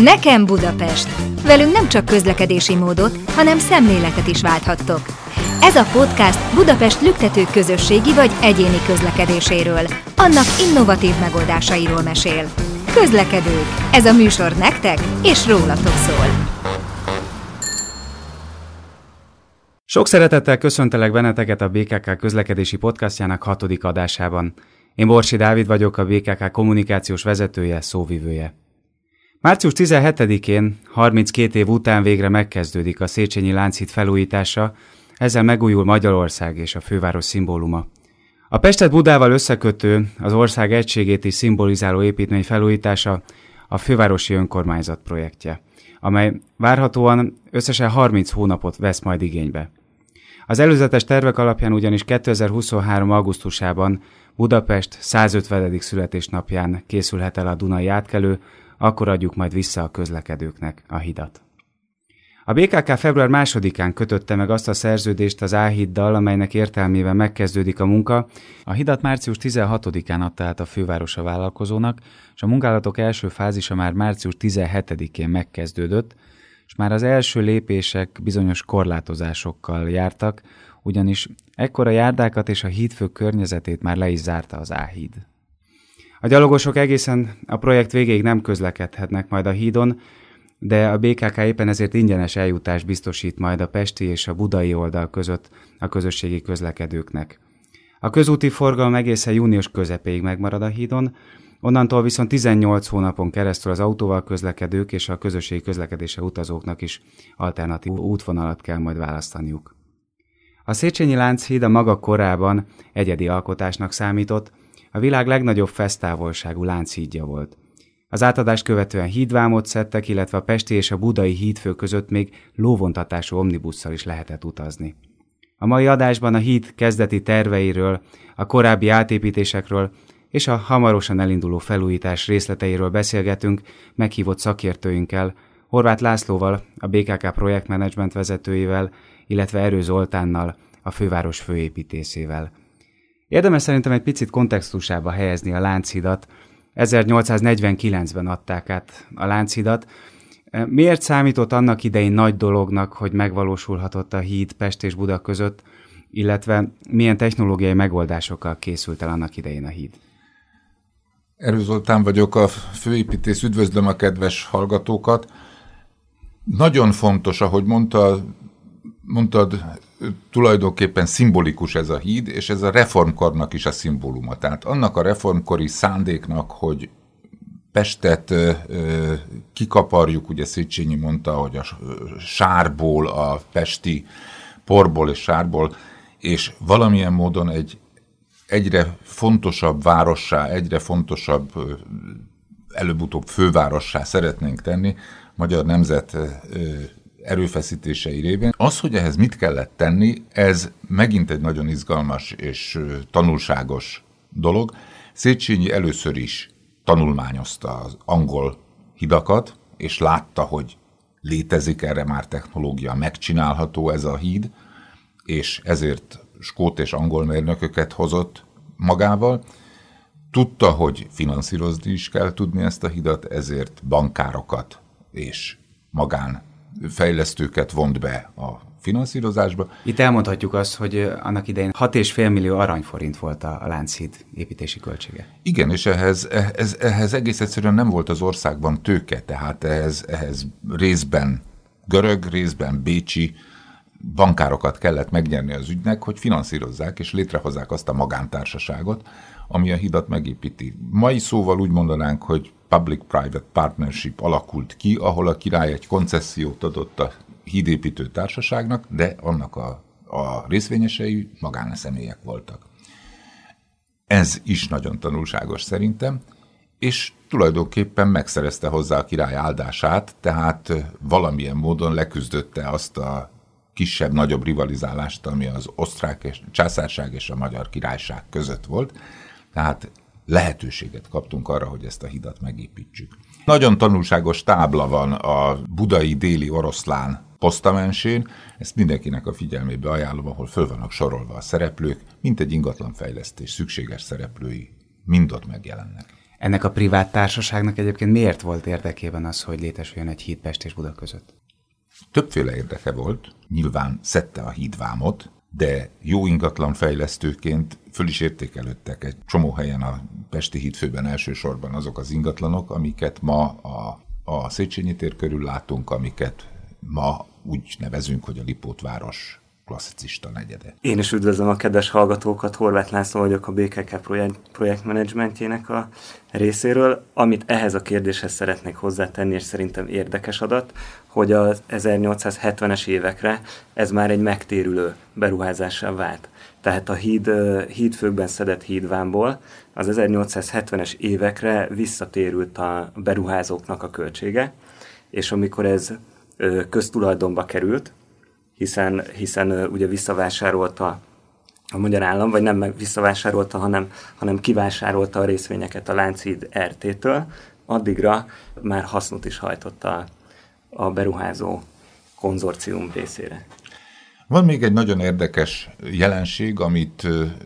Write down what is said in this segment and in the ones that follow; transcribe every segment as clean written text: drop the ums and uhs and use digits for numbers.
Nekem Budapest. Velünk nem csak közlekedési módot, hanem szemléletet is válthattok. Ez a podcast Budapest lüktető közösségi vagy egyéni közlekedéséről, annak innovatív megoldásairól mesél. Közlekedők. Ez a műsor nektek és rólatok szól. Sok szeretettel köszöntelek benneteket a BKK közlekedési podcastjának 6. adásában. Én Borsi Dávid vagyok, a BKK kommunikációs vezetője, szóvivője. Március 17-én, 32 év után végre megkezdődik a Széchenyi Lánchíd felújítása, ezzel megújul Magyarország és a főváros szimbóluma. A Pestet Budával összekötő, az ország egységét is szimbolizáló építmény felújítása a fővárosi önkormányzat projektje, amely várhatóan összesen 30 hónapot vesz majd igénybe. Az előzetes tervek alapján ugyanis 2023. augusztusában Budapest 150. születésnapján készülhet el a Dunai átkelő, akkor adjuk majd vissza a közlekedőknek a hidat. A BKK február 2-án kötötte meg azt a szerződést az A-híddal, amelynek értelmében megkezdődik a munka. A hidat március 16-án adta át a főváros a vállalkozónak, és a munkálatok első fázisa már március 17-én megkezdődött, és már az első lépések bizonyos korlátozásokkal jártak, ugyanis ekkor a járdákat és a hídfő környezetét már le is zárta az A-híd. A gyalogosok egészen a projekt végéig nem közlekedhetnek majd a hídon, de a BKK éppen ezért ingyenes eljutást biztosít majd a pesti és a budai oldal között a közösségi közlekedőknek. A közúti forgalom egészen június közepéig megmarad a hídon, onnantól viszont 18 hónapon keresztül az autóval közlekedők és a közösségi közlekedésre utazóknak is alternatív útvonalat kell majd választaniuk. A Széchenyi Lánchíd a maga korában egyedi alkotásnak számított, a világ legnagyobb fesztávolságú lánchídja volt. Az átadást követően hídvámot szedtek, illetve a pesti és a budai hídfő között még lóvontatású omnibusszal is lehetett utazni. A mai adásban a híd kezdeti terveiről, a korábbi átépítésekről és a hamarosan elinduló felújítás részleteiről beszélgetünk meghívott szakértőinkkel, Horváth Lászlóval, a BKK projektmenedzsment vezetőjével, illetve Erő Zoltánnal, a főváros főépítészével. Érdemes szerintem egy picit kontextusába helyezni a Lánchidat. 1849-ben adták át a Lánchidat. Miért számított annak idején nagy dolognak, hogy megvalósulhatott a híd Pest és Buda között, illetve milyen technológiai megoldásokkal készült el annak idején a híd? Erő Zoltán vagyok, a főépítész, üdvözlöm a kedves hallgatókat. Nagyon fontos, ahogy mondtad, tulajdonképpen szimbolikus ez a híd, és ez a reformkornak is a szimbóluma. Tehát annak a reformkori szándéknak, hogy Pestet kikaparjuk, ugye Széchenyi mondta, hogy a sárból, a pesti porból és sárból, és valamilyen módon egy egyre fontosabb várossá, egyre fontosabb, előbb-utóbb fővárossá szeretnénk tenni magyar nemzet erőfeszítései révén. Az, hogy ehhez mit kellett tenni, ez megint egy nagyon izgalmas és tanulságos dolog. Széchenyi először is tanulmányozta az angol hidakat, és látta, hogy létezik erre már technológia, megcsinálható ez a híd, és ezért skót és angol mérnököket hozott magával. Tudta, hogy finanszírozni is kell tudni ezt a hidat, ezért bankárokat és magánfejlesztőket vont be a finanszírozásba. Itt elmondhatjuk azt, hogy annak idején 6,5 millió aranyforint volt a Lánchíd építési költsége. Igen, és ehhez egész egyszerűen nem volt az országban tőke, tehát ehhez részben görög, részben bécsi bankárokat kellett megnyerni az ügynek, hogy finanszírozzák és létrehozzák azt a magántársaságot, ami a hidat megépíti. Mai szóval úgy mondanánk, hogy public-private partnership alakult ki, ahol a király egy koncessziót adott a hídépítő társaságnak, de annak a részvényesei magánszemélyek voltak. Ez is nagyon tanulságos szerintem, és tulajdonképpen megszerezte hozzá a király áldását, tehát valamilyen módon leküzdötte azt a kisebb-nagyobb rivalizálást, ami az osztrák és császárság és a magyar királyság között volt. Tehát lehetőséget kaptunk arra, hogy ezt a hidat megépítsük. Nagyon tanulságos tábla van a budai déli oroszlán posztamensén, ezt mindenkinek a figyelmébe ajánlom, ahol föl vannak sorolva a szereplők, mint egy ingatlanfejlesztés szükséges szereplői mind ott megjelennek. Ennek a privát társaságnak egyébként miért volt érdekében az, hogy létesüljön egy híd Pest és Buda között? Többféle érdeke volt, nyilván szedte a hídvámot, de jó ingatlan fejlesztőként föl is értékelődtek egy csomó helyen a Pesti hídfőben elsősorban azok az ingatlanok, amiket ma a Széchenyi tér körül látunk, amiket ma úgy nevezünk, hogy a Lipótváros klasszicista negyede. Én is üdvözlöm a kedves hallgatókat, Horváth László vagyok a BKK projektmenedzsmentjének a részéről. Amit ehhez a kérdéshez szeretnék hozzátenni, és szerintem érdekes adat, hogy az 1870-es évekre ez már egy megtérülő beruházássá vált. Tehát a hídfőkben szedett hídvámból az 1870-es évekre visszatérült a beruházóknak a költsége, és amikor ez köztulajdonba került, hiszen ugye visszavásárolta a magyar állam, vagy nem visszavásárolta, hanem kivásárolta a részvényeket a Lánchíd RT-től, addigra már hasznot is hajtott a beruházó konzorcium részére. Van még egy nagyon érdekes jelenség, amit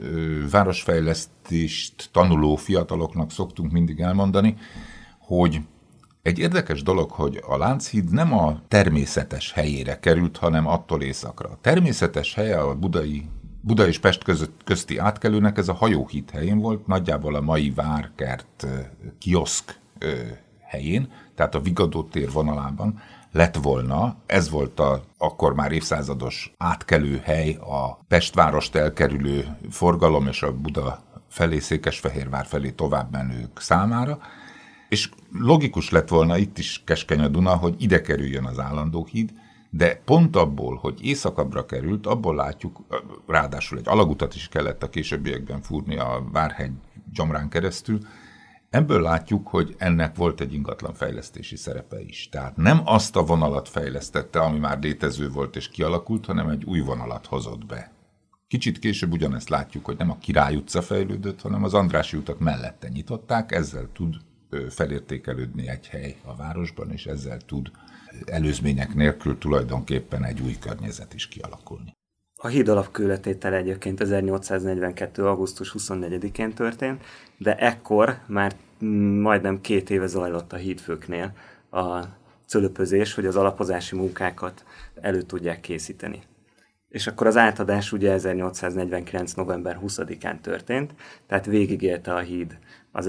városfejlesztést tanuló fiataloknak szoktunk mindig elmondani, hogy egy érdekes dolog, hogy a Lánchíd nem a természetes helyére került, hanem attól északra. A természetes helye a Buda és Pest közti átkelőnek ez a hajóhíd helyén volt, nagyjából a mai Várkert kioszk helyén, tehát a Vigadó tér vonalában lett volna, ez volt akkor már évszázados átkelő hely a Pestvárost elkerülő forgalom és a Buda felé, Székesfehérvár felé tovább menők számára, és logikus lett volna itt is keskeny a Duna, hogy ide kerüljön az állandó híd, de pont abból, hogy északabbra került, abból látjuk, ráadásul egy alagutat is kellett a későbbiekben fúrni a Várhegy gyomrán keresztül, ebből látjuk, hogy ennek volt egy ingatlanfejlesztési szerepe is. Tehát nem azt a vonalat fejlesztette, ami már létező volt és kialakult, hanem egy új vonalat hozott be. Kicsit később ugyanezt látjuk, hogy nem a Király utca fejlődött, hanem az Andrássy utak mellette nyitották, ezzel tud felértékelődni egy hely a városban, és ezzel tud előzmények nélkül tulajdonképpen egy új környezet is kialakulni. A híd alapkőletétele egyébként 1842. augusztus 24-én történt, de ekkor már majdnem 2 éve zajlott a hídfőknél a cölöpözés, hogy az alapozási munkákat elő tudják készíteni. És akkor az átadás ugye 1849. november 20-án történt, tehát végigélte a híd az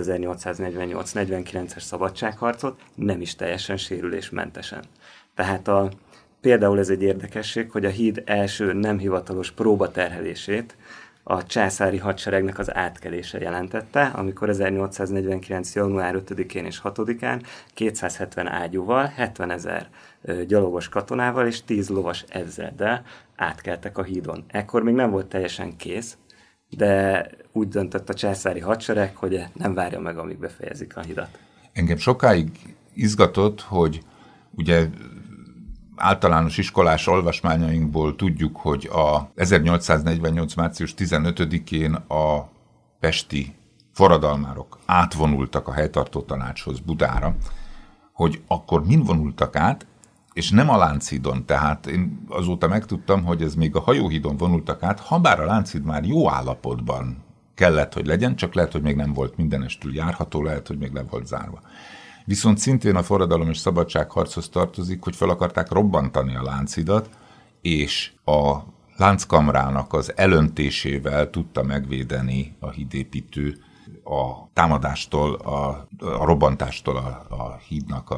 1848-49-es szabadságharcot, nem is teljesen sérülésmentesen. Tehát például ez egy érdekesség, hogy a híd első nem hivatalos próbaterhelését a császári hadseregnek az átkelése jelentette, amikor 1849. január 5-én és 6-án 270 ágyúval, 70 000 gyalogos katonával és 10 lovas ezreddel átkeltek a hídon. Ekkor még nem volt teljesen kész, de úgy döntött a császári hadsereg, hogy nem várja meg, amíg befejezik a hidat. Engem sokáig izgatott, hogy ugye általános iskolás olvasmányainkból tudjuk, hogy a 1848. március 15-én a pesti forradalmárok átvonultak a helytartó tanácshoz Budára, hogy akkor mind vonultak át, és nem a Lánchídon, tehát én azóta megtudtam, hogy ez még a hajóhídon vonultak át, habár a Lánchíd már jó állapotban kellett, hogy legyen, csak lehet, hogy még nem volt mindenestül járható, lehet, hogy még le volt zárva. Viszont szintén a forradalom és szabadságharchoz tartozik, hogy fel akarták robbantani a Lánchidat, és a lánckamrának az elöntésével tudta megvédeni a hídépítő a támadástól, a robbantástól a hídnak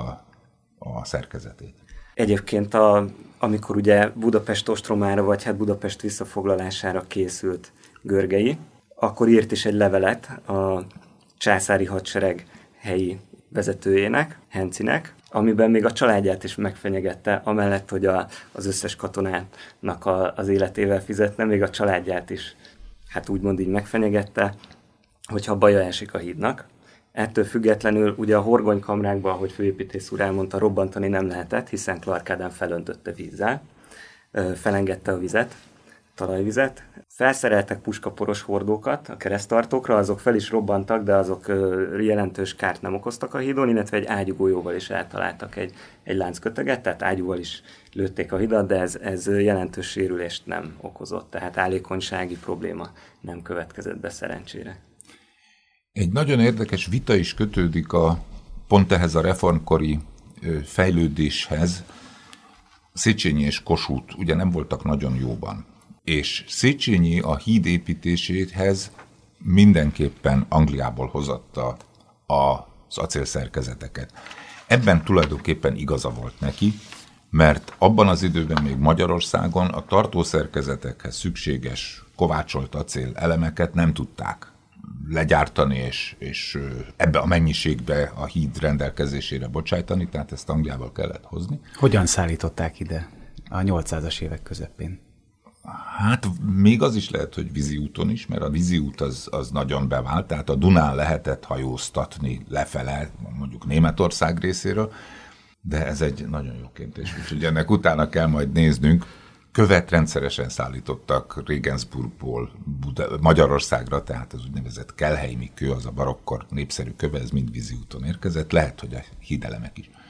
a szerkezetét. Egyébként amikor ugye Budapest ostromára, vagy hát Budapest visszafoglalására készült Görgei, akkor írt is egy levelet a császári hadsereg helyi vezetőjének, Hencinek, amiben még a családját is megfenyegette, amellett, hogy az összes katonának az életével fizetne, még a családját is, hát úgymond így megfenyegette, hogyha baja esik a hídnak. Ettől függetlenül ugye a horgonykamrákban, ahogy főépítész úr elmondta, robbantani nem lehetett, hiszen Clark Ádám felöntötte vízzel, felengedte a vizet, talajvizet. Felszereltek puskaporos hordókat a kereszttartókra, azok fel is robbantak, de azok jelentős kárt nem okoztak a hídon, illetve egy ágyúgolyóval is eltaláltak egy láncköteget, tehát ágyúval is lőtték a hidat, de ez jelentős sérülést nem okozott, tehát állékonysági probléma nem következett be szerencsére. Egy nagyon érdekes vita is kötődik pont ehhez a reformkori fejlődéshez. Széchenyi és Kossuth ugye nem voltak nagyon jóban, és Széchenyi a híd építéséhez mindenképpen Angliából hozatta az acélszerkezeteket. Ebben tulajdonképpen igaza volt neki, mert abban az időben még Magyarországon a tartószerkezetekhez szükséges kovácsolt acél elemeket nem tudták legyártani, és ebbe a mennyiségbe a híd rendelkezésére bocsájtani, tehát ezt Angliából kellett hozni. Hogyan szállították ide a 800-as évek közepén? Hát még az is lehet, hogy vízi úton is, mert a vízi út az nagyon bevált, tehát a Dunán lehetett hajóztatni lefele, mondjuk Németország részéről, de ez egy nagyon jó kérdés, úgyhogy ennek utána kell majd néznünk. Követ rendszeresen szállítottak Regensburgból Magyarországra, tehát az úgynevezett kelheimi kő, az a barokkor népszerű köve, ez mind vízi úton érkezett, lehet, hogy a hídelemek is.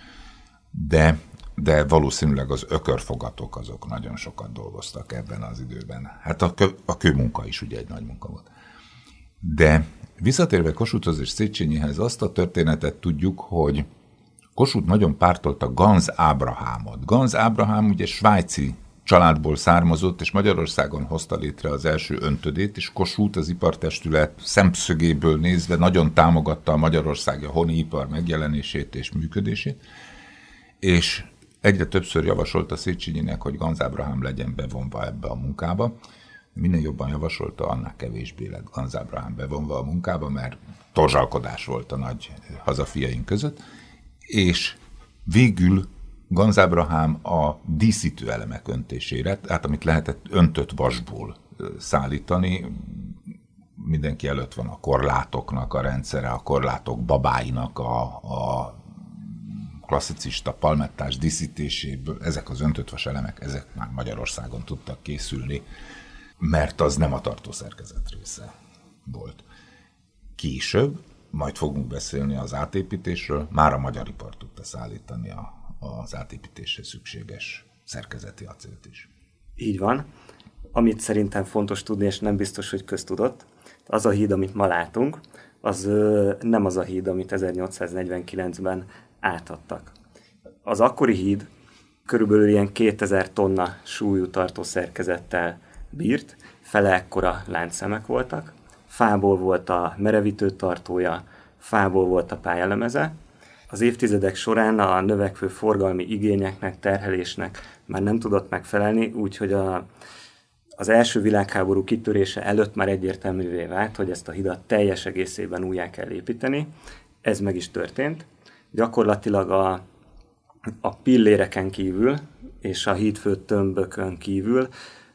De valószínűleg az ökörfogatok azok nagyon sokat dolgoztak ebben az időben. Hát a kőmunka is ugye egy nagy munka volt. De visszatérve Kossuthhoz és Széchenyihez, azt a történetet tudjuk, hogy Kossuth nagyon pártolta Ganz Ábrahámot. Ganz Ábrahám ugye svájci családból származott, és Magyarországon hozta létre az első öntödét, és Kossuth az ipartestület szemszögéből nézve nagyon támogatta a magyarországi honiipar megjelenését és működését, és egyre többször javasolta Széchenyinek, hogy Ganz Ábrahám legyen bevonva ebbe a munkába. Minél jobban javasolta, annál kevésbé lett Ganz Ábrahám bevonva a munkába, mert torzsalkodás volt a nagy hazafiaink között, és végül Ganz Ábrahám a díszítő elemek öntésére, tehát amit lehetett öntött vasból szállítani, mindenki előtt van a korlátoknak a rendszere, a korlátok babáinak a klasszicista palmettás díszítéséből, ezek az öntött vas elemek, ezek már Magyarországon tudtak készülni, mert az nem a tartószerkezet része volt. Később, majd fogunk beszélni az átépítésről, már a magyar ipar tudta szállítani az átépítéshez szükséges szerkezeti acélt is. Így van. Amit szerintem fontos tudni, és nem biztos, hogy köztudott, az a híd, amit ma látunk, az nem az a híd, amit 1849-ben átadtak. Az akkori híd körülbelül ilyen 2000 tonna súlyú tartószerkezettel bírt, fele ekkora láncszemek voltak, fából volt a merevítő tartója, fából volt a pályalemeze. Az évtizedek során a növekvő forgalmi igényeknek, terhelésnek már nem tudott megfelelni, úgyhogy az első világháború kitörése előtt már egyértelművé vált, hogy ezt a hidat teljes egészében újjá kell építeni. Ez meg is történt. Gyakorlatilag a pilléreken kívül és a hídfő tömbökön kívül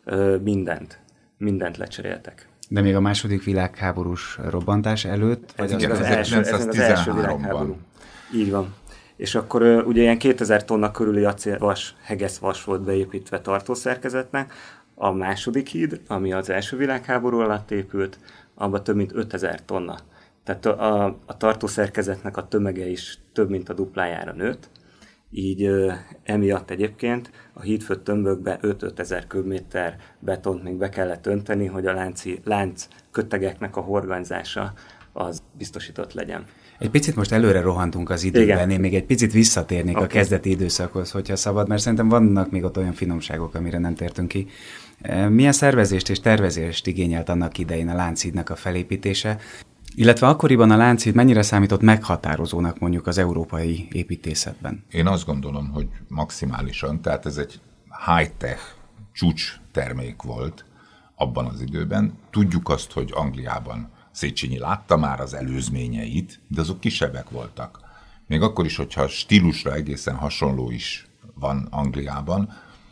mindent lecseréltek. De még a második világháborús robbantás előtt? Ez az első világháború. Így van. És akkor ugye ilyen 2000 tonna körüli acélvas, hegeszvas volt beépítve tartószerkezetnek. A második híd, ami az első világháború alatt épült, abban több mint 5000 tonna. Tehát a tartószerkezetnek a tömege is több mint a duplájára nőtt. Így emiatt egyébként a hídfőtt tömbökbe 5-5 ezer köbméter betont még be kellett önteni, hogy a lánc kötegeknek a horgonyzása az biztosított legyen. Egy picit most előre rohantunk az időben, igen. Én még egy picit visszatérnék a kezdeti időszakhoz, hogyha szabad, mert szerintem vannak még ott olyan finomságok, amire nem tértünk ki. Milyen szervezést és tervezést igényelt annak idején a Lánchídnak a felépítése, illetve akkoriban a Lánchíd mennyire számított meghatározónak mondjuk az európai építészetben? Én azt gondolom, hogy maximálisan, tehát ez egy high-tech csúcs termék volt abban az időben. Tudjuk azt, hogy Angliában Széchenyi látta már az előzményeit, de azok kisebbek voltak. Még akkor is, hogyha stílusra egészen hasonló is van Angliában,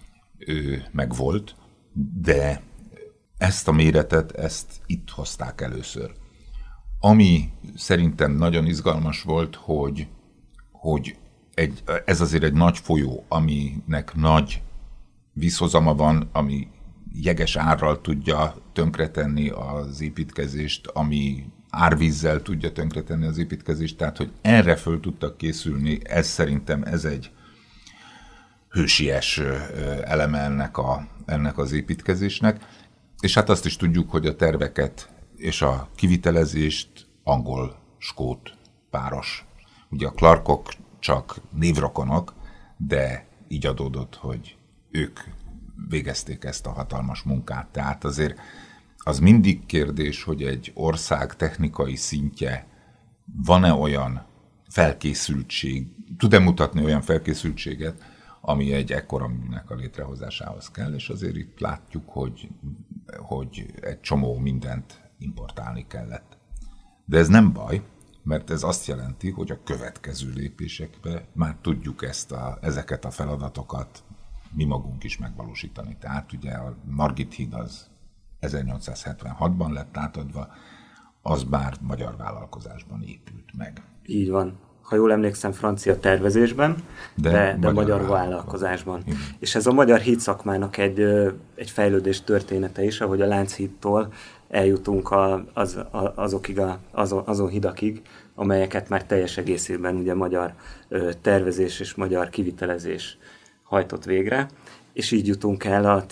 meg volt, de ezt a méretet, ezt itt hozták először. Ami szerintem nagyon izgalmas volt, hogy ez azért egy nagy folyó, aminek nagy vízhozama van, ami jeges árral tudja tönkretenni az építkezést, ami árvízzel tudja tönkretenni az építkezést, tehát hogy erre föl tudtak készülni, ez szerintem ez egy hősies eleme ennek az építkezésnek, és hát azt is tudjuk, hogy a terveket és a kivitelezést angol-skót páros. Ugye a Clarkok csak névrokonok, de így adódott, hogy ők végezték ezt a hatalmas munkát. Tehát azért az mindig kérdés, hogy egy ország technikai szintje van-e olyan felkészültség, tud-e mutatni olyan felkészültséget, ami egy ekkora műnek a létrehozásához kell, és azért itt látjuk, hogy egy csomó mindent importálni kellett. De ez nem baj, mert ez azt jelenti, hogy a következő lépésekben már tudjuk ezeket a feladatokat mi magunk is megvalósítani. Tehát ugye a Margit híd az 1876-ban lett átadva, az már magyar vállalkozásban épült meg. Így van. Ha jól emlékszem, francia tervezésben, de magyar vállalkozásban. Igen. És ez a magyar hídszakmának egy fejlődés története is, ahogy a Lánchídtól eljutunk azon hidakig, amelyeket már teljes egészében ugye magyar tervezés és magyar kivitelezés hajtott végre, és így jutunk el a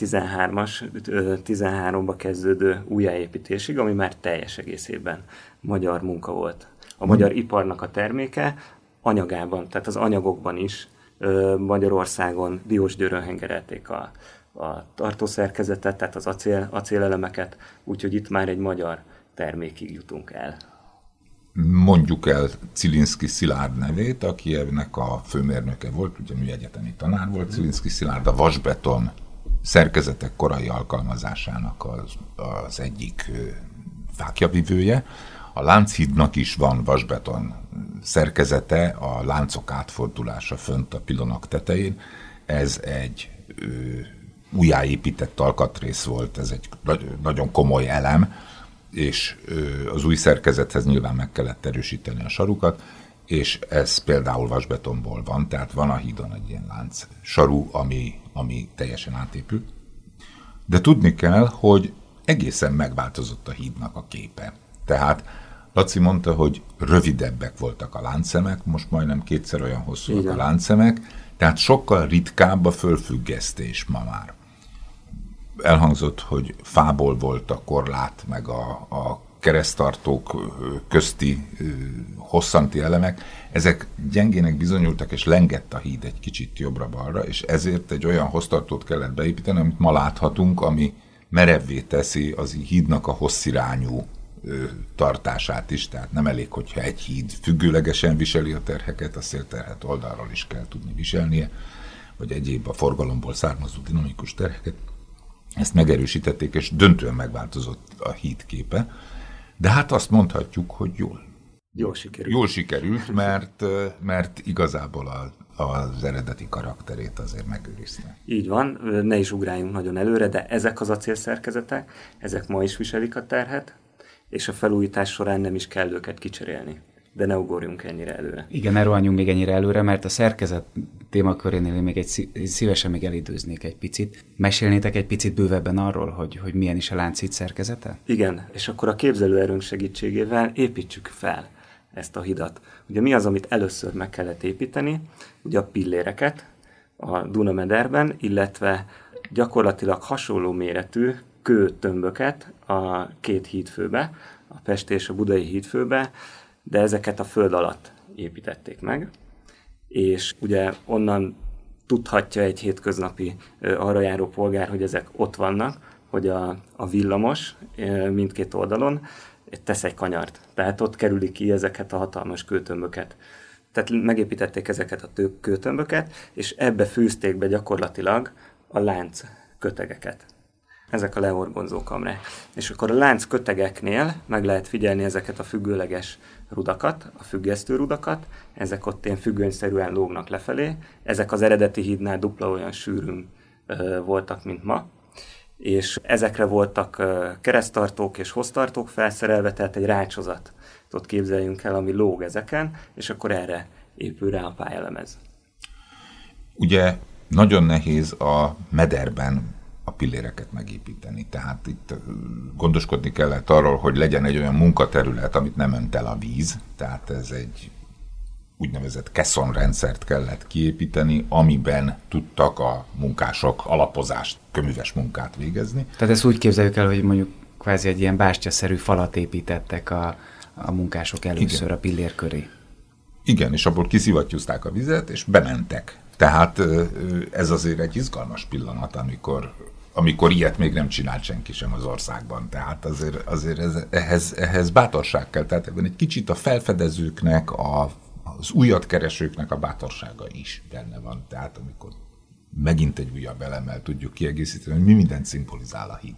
13-ba kezdődő újjáépítésig, ami már teljes egészében magyar munka volt. A magyar iparnak a terméke anyagában, tehát az anyagokban is Magyarországon Diósgyőrön hengerelték a tartószerkezetet, tehát az acélelemeket, úgyhogy itt már egy magyar termékig jutunk el. Mondjuk el Cilinszky Szilárd nevét, aki ennek a főmérnöke volt, ugye műegyetemi tanár volt. Cilinszky Szilárd a vasbeton szerkezetek korai alkalmazásának az egyik fáklyavivője. A Lánchídnak is van vasbeton szerkezete, a láncok átfordulása fönt a pilonok tetején. Ez egy újjáépített alkatrész volt, ez egy nagyon komoly elem, és az új szerkezethez nyilván meg kellett erősíteni a sarukat, és ez például vasbetonból van, tehát van a hídon egy ilyen lánc saru, ami teljesen átépült. De tudni kell, hogy egészen megváltozott a hídnak a képe. Tehát Laci mondta, hogy rövidebbek voltak a láncszemek, most majdnem kétszer olyan hosszúak a láncszemek, tehát sokkal ritkább a fölfüggesztés ma már. Elhangzott, hogy fából volt a korlát, meg a kereszttartók közti hosszanti elemek. Ezek gyengének bizonyultak, és lengett a híd egy kicsit jobbra-balra, és ezért egy olyan hossztartót kellett beépíteni, amit ma láthatunk, ami merevvé teszi az hídnak a hosszirányú tartását is, tehát nem elég, hogyha egy híd függőlegesen viseli a terheket, a szélterhet oldalról is kell tudni viselnie, vagy egyéb a forgalomból származó dinamikus terheket. Ezt megerősítették, és döntően megváltozott a híd képe, de hát azt mondhatjuk, hogy jól sikerült, mert igazából az eredeti karakterét azért megőrizte. Így van, ne is ugráljunk nagyon előre, de ezek az acélszerkezetek, ezek ma is viselik a terhet, és a felújítás során nem is kell őket kicserélni. De ne ugorjunk ennyire előre. Igen, ne rohanjunk még ennyire előre, mert a szerkezet témakörénél még szívesen még elidőznék egy picit. Mesélnétek egy picit bővebben arról, hogy milyen is a Lánchíd szerkezete? Igen, és akkor a képzelőerőnk segítségével építsük fel ezt a hidat. Ugye mi az, amit először meg kellett építeni? Ugye a pilléreket a Duna-mederben, illetve gyakorlatilag hasonló méretű kőtömböket a két hídfőbe, a pesti és a budai hídfőbe, de ezeket a föld alatt építették meg, és ugye onnan tudhatja egy hétköznapi arra járó polgár, hogy ezek ott vannak, hogy a villamos mindkét oldalon tesz egy kanyart. Tehát ott kerüli ki ezeket a hatalmas kőtömböket. Tehát megépítették ezeket a kőtömböket, és ebbe fűzték be gyakorlatilag a lánc kötegeket. Ezek a leorgonzó kamrák. És akkor a lánc kötegeknél meg lehet figyelni ezeket a függőleges rudakat, a függesztő rudakat, ezek ott ilyen függönyszerűen lógnak lefelé, ezek az eredeti hídnál dupla olyan sűrűn voltak, mint ma, és ezekre voltak kereszttartók és hossztartók felszerelve, tehát egy rácsozatot képzeljünk el, ami lóg ezeken, és akkor erre épül rá a pályalemez. Ugye nagyon nehéz a mederben a pilléreket megépíteni. Tehát itt gondoskodni kellett arról, hogy legyen egy olyan munkaterület, amit nem önt el a víz, tehát ez egy úgynevezett kesszonrendszert kellett kiépíteni, amiben tudtak a munkások alapozást, köműves munkát végezni. Tehát ezt úgy képzeljük el, hogy mondjuk kvázi egy ilyen bástyaszerű falat építettek a a munkások először igen. A pillér köré. Igen, és abból kiszivattyúzták a vizet, és bementek. Tehát ez azért egy izgalmas pillanat, amikor ilyet még nem csinált senki sem az országban. Tehát azért ehhez bátorság kell. Tehát ebben egy kicsit a felfedezőknek, az újat keresőknek a bátorsága is benne van. Tehát amikor megint egy újabb elemmel tudjuk kiegészíteni, hogy mi mindent szimbolizál a híd.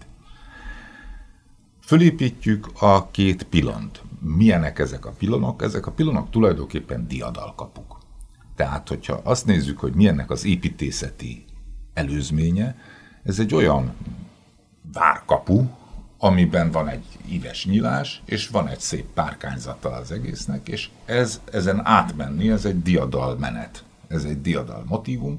Fölépítjük a két pilont. Milyenek ezek a pilonok? Ezek a pilonok tulajdonképpen diadalkapuk. Tehát, hogyha azt nézzük, hogy milyennek az építészeti előzménye, ez egy olyan várkapu, amiben van egy íves nyílás, és van egy szép párkányzata az egésznek, és ezen átmenni, ez egy diadal menet, ez egy diadal motívum.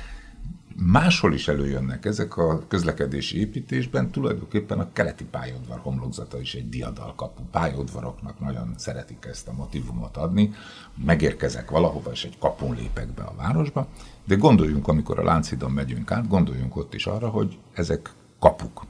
Máshol is előjönnek ezek a közlekedési építésben, tulajdonképpen a keleti pályaudvar homlokzata is egy diadalkapu. Pályaudvaroknak nagyon szeretik ezt a motívumot adni, megérkezek valahova, és egy kapun lépek be a városba, de gondoljunk, amikor a Lánchídon megyünk át, gondoljunk ott is arra, hogy ezek kapuk.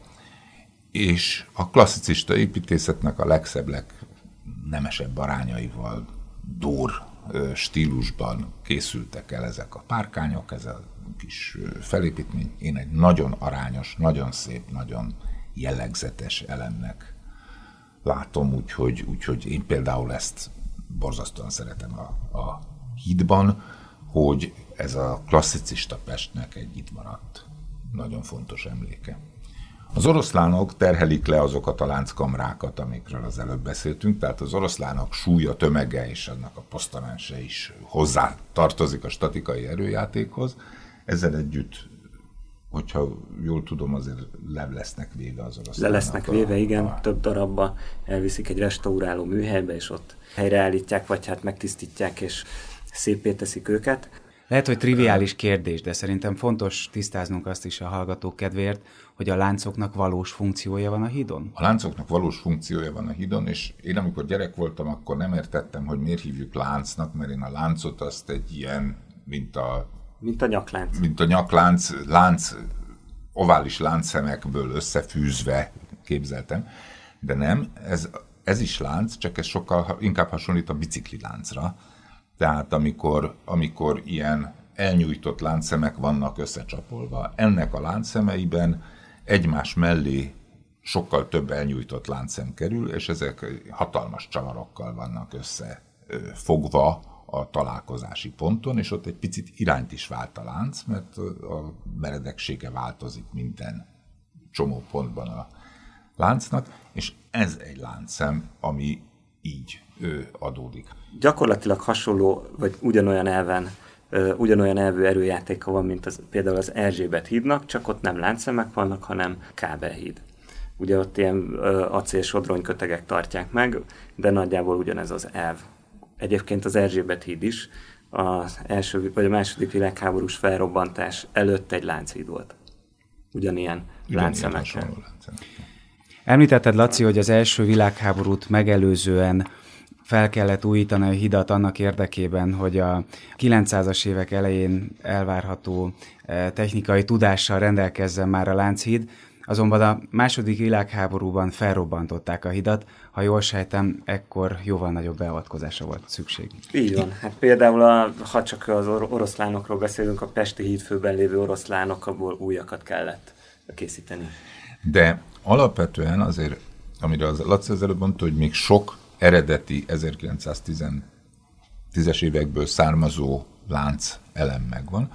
És a klasszicista építészetnek a legszebb, legnemesebb arányaival, dór stílusban készültek el ezek a párkányok, ez a kis felépítmény. Én egy nagyon arányos, nagyon szép, nagyon jellegzetes elemnek látom, úgyhogy én például ezt borzasztóan szeretem a hídban, hogy ez a klasszicista Pestnek egy itt maradt nagyon fontos emléke. Az oroszlánok terhelik le azokat a lánckamrákat, amikről az előbb beszéltünk, tehát az oroszlánok súlya, tömege és annak a posztamense is hozzá tartozik a statikai erőjátékhoz. Ezzel együtt, hogyha jól tudom, azért le lesznek véve az oroszlánok. Le lesznek véve, igen, több darabba elviszik egy restauráló műhelybe, és ott helyreállítják, vagy hát megtisztítják, és szépé teszik őket. Lehet, hogy triviális kérdés, de szerintem fontos tisztáznunk azt is a hallgatók kedvéért, hogy a láncoknak valós funkciója van a hídon? A láncoknak valós funkciója van a hídon, és én amikor gyerek voltam, akkor nem értettem, hogy miért hívjuk láncnak, mert én a láncot azt egy ilyen, mint a nyaklánc. Mint a nyaklánc, ovális láncszemekből összefűzve képzeltem, de nem, ez is lánc, csak ez sokkal inkább hasonlít a bicikli láncra. Tehát amikor ilyen elnyújtott láncszemek vannak összecsapolva, ennek a láncszemeiben egymás mellé sokkal több elnyújtott láncszem kerül, és ezek hatalmas csavarokkal vannak összefogva a találkozási ponton, és ott egy picit irányt is vált a lánc, mert a meredeksége változik minden csomó pontban a láncnak, és ez egy láncszem, ami így adódik. Gyakorlatilag hasonló, vagy ugyanolyan elvű erőjátéka van, mint például az Erzsébet hídnak, csak ott nem láncszemek vannak, hanem kábelhíd. Ugye ott ilyen acél-sodronykötegek tartják meg, de nagyjából ugyanez az elv. Egyébként az Erzsébet híd is az első vagy a második világháborús felrobbantás előtt egy lánchíd volt. Ugyanilyen láncszemekkel. Említetted, Laci, hogy az első világháborút megelőzően fel kellett újítani a hidat annak érdekében, hogy a 900-as évek elején elvárható technikai tudással rendelkezzen már a Lánchíd, azonban a második világháborúban felrobbantották a hidat, ha jól sejtem, ekkor jóval nagyobb beavatkozásra volt szükség. Így van. Hát például, ha csak az oroszlánokról beszélünk, a pesti hídfőben lévő oroszlánokból újakat kellett készíteni. De alapvetően azért, amire az Laci az előbb mondta, hogy még sok eredeti 1910-es évekből származó lánc elem megvan.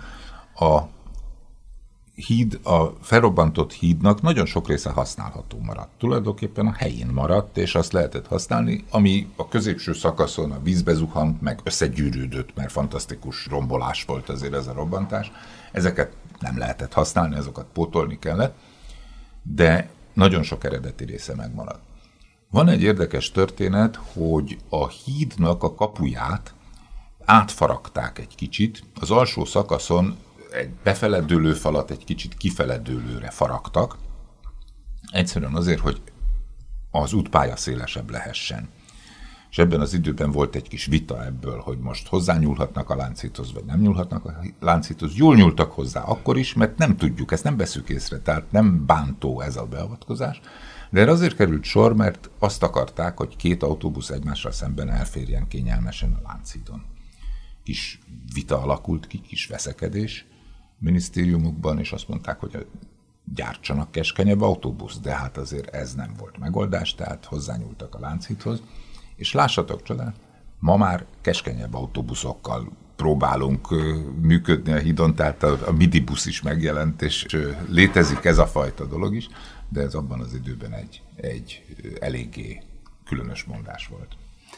A felrobbantott hídnak nagyon sok része használható maradt. Tulajdonképpen a helyén maradt, és azt lehetett használni, ami a középső szakaszon a vízbe zuhant, meg összegyűrődött, mert fantasztikus rombolás volt azért ez a robbantás. Ezeket nem lehetett használni, azokat pótolni kellett, de nagyon sok eredeti része megmaradt. Van egy érdekes történet, hogy a hídnak a kapuját átfaragták egy kicsit. Az alsó szakaszon egy befele dőlő falat egy kicsit kifele dőlőre faragtak. Egyszerűen azért, hogy az útpálya szélesebb lehessen. És ebben az időben volt egy kis vita ebből, hogy most hozzányúlhatnak a Lánchídhoz, vagy nem nyúlhatnak a Lánchídhoz. Jól nyúltak hozzá akkor is, mert nem tudjuk, ezt nem veszük észre, tehát nem bántó ez a beavatkozás. De erre azért került sor, mert azt akarták, hogy 2 autóbusz egymással szemben elférjen kényelmesen a Lánchídon. Kis vita alakult ki, kis veszekedés minisztériumukban, és azt mondták, hogy gyártsanak keskenyebb autóbusz, de hát azért ez nem volt megoldás, tehát hozzányúltak a Lánchídhoz, és lássatok csodát, ma már keskenyebb autóbuszokkal próbálunk működni a hídon, tehát a midibusz is megjelent, és létezik ez a fajta dolog is, de ez abban az időben egy eléggé különös mondás volt.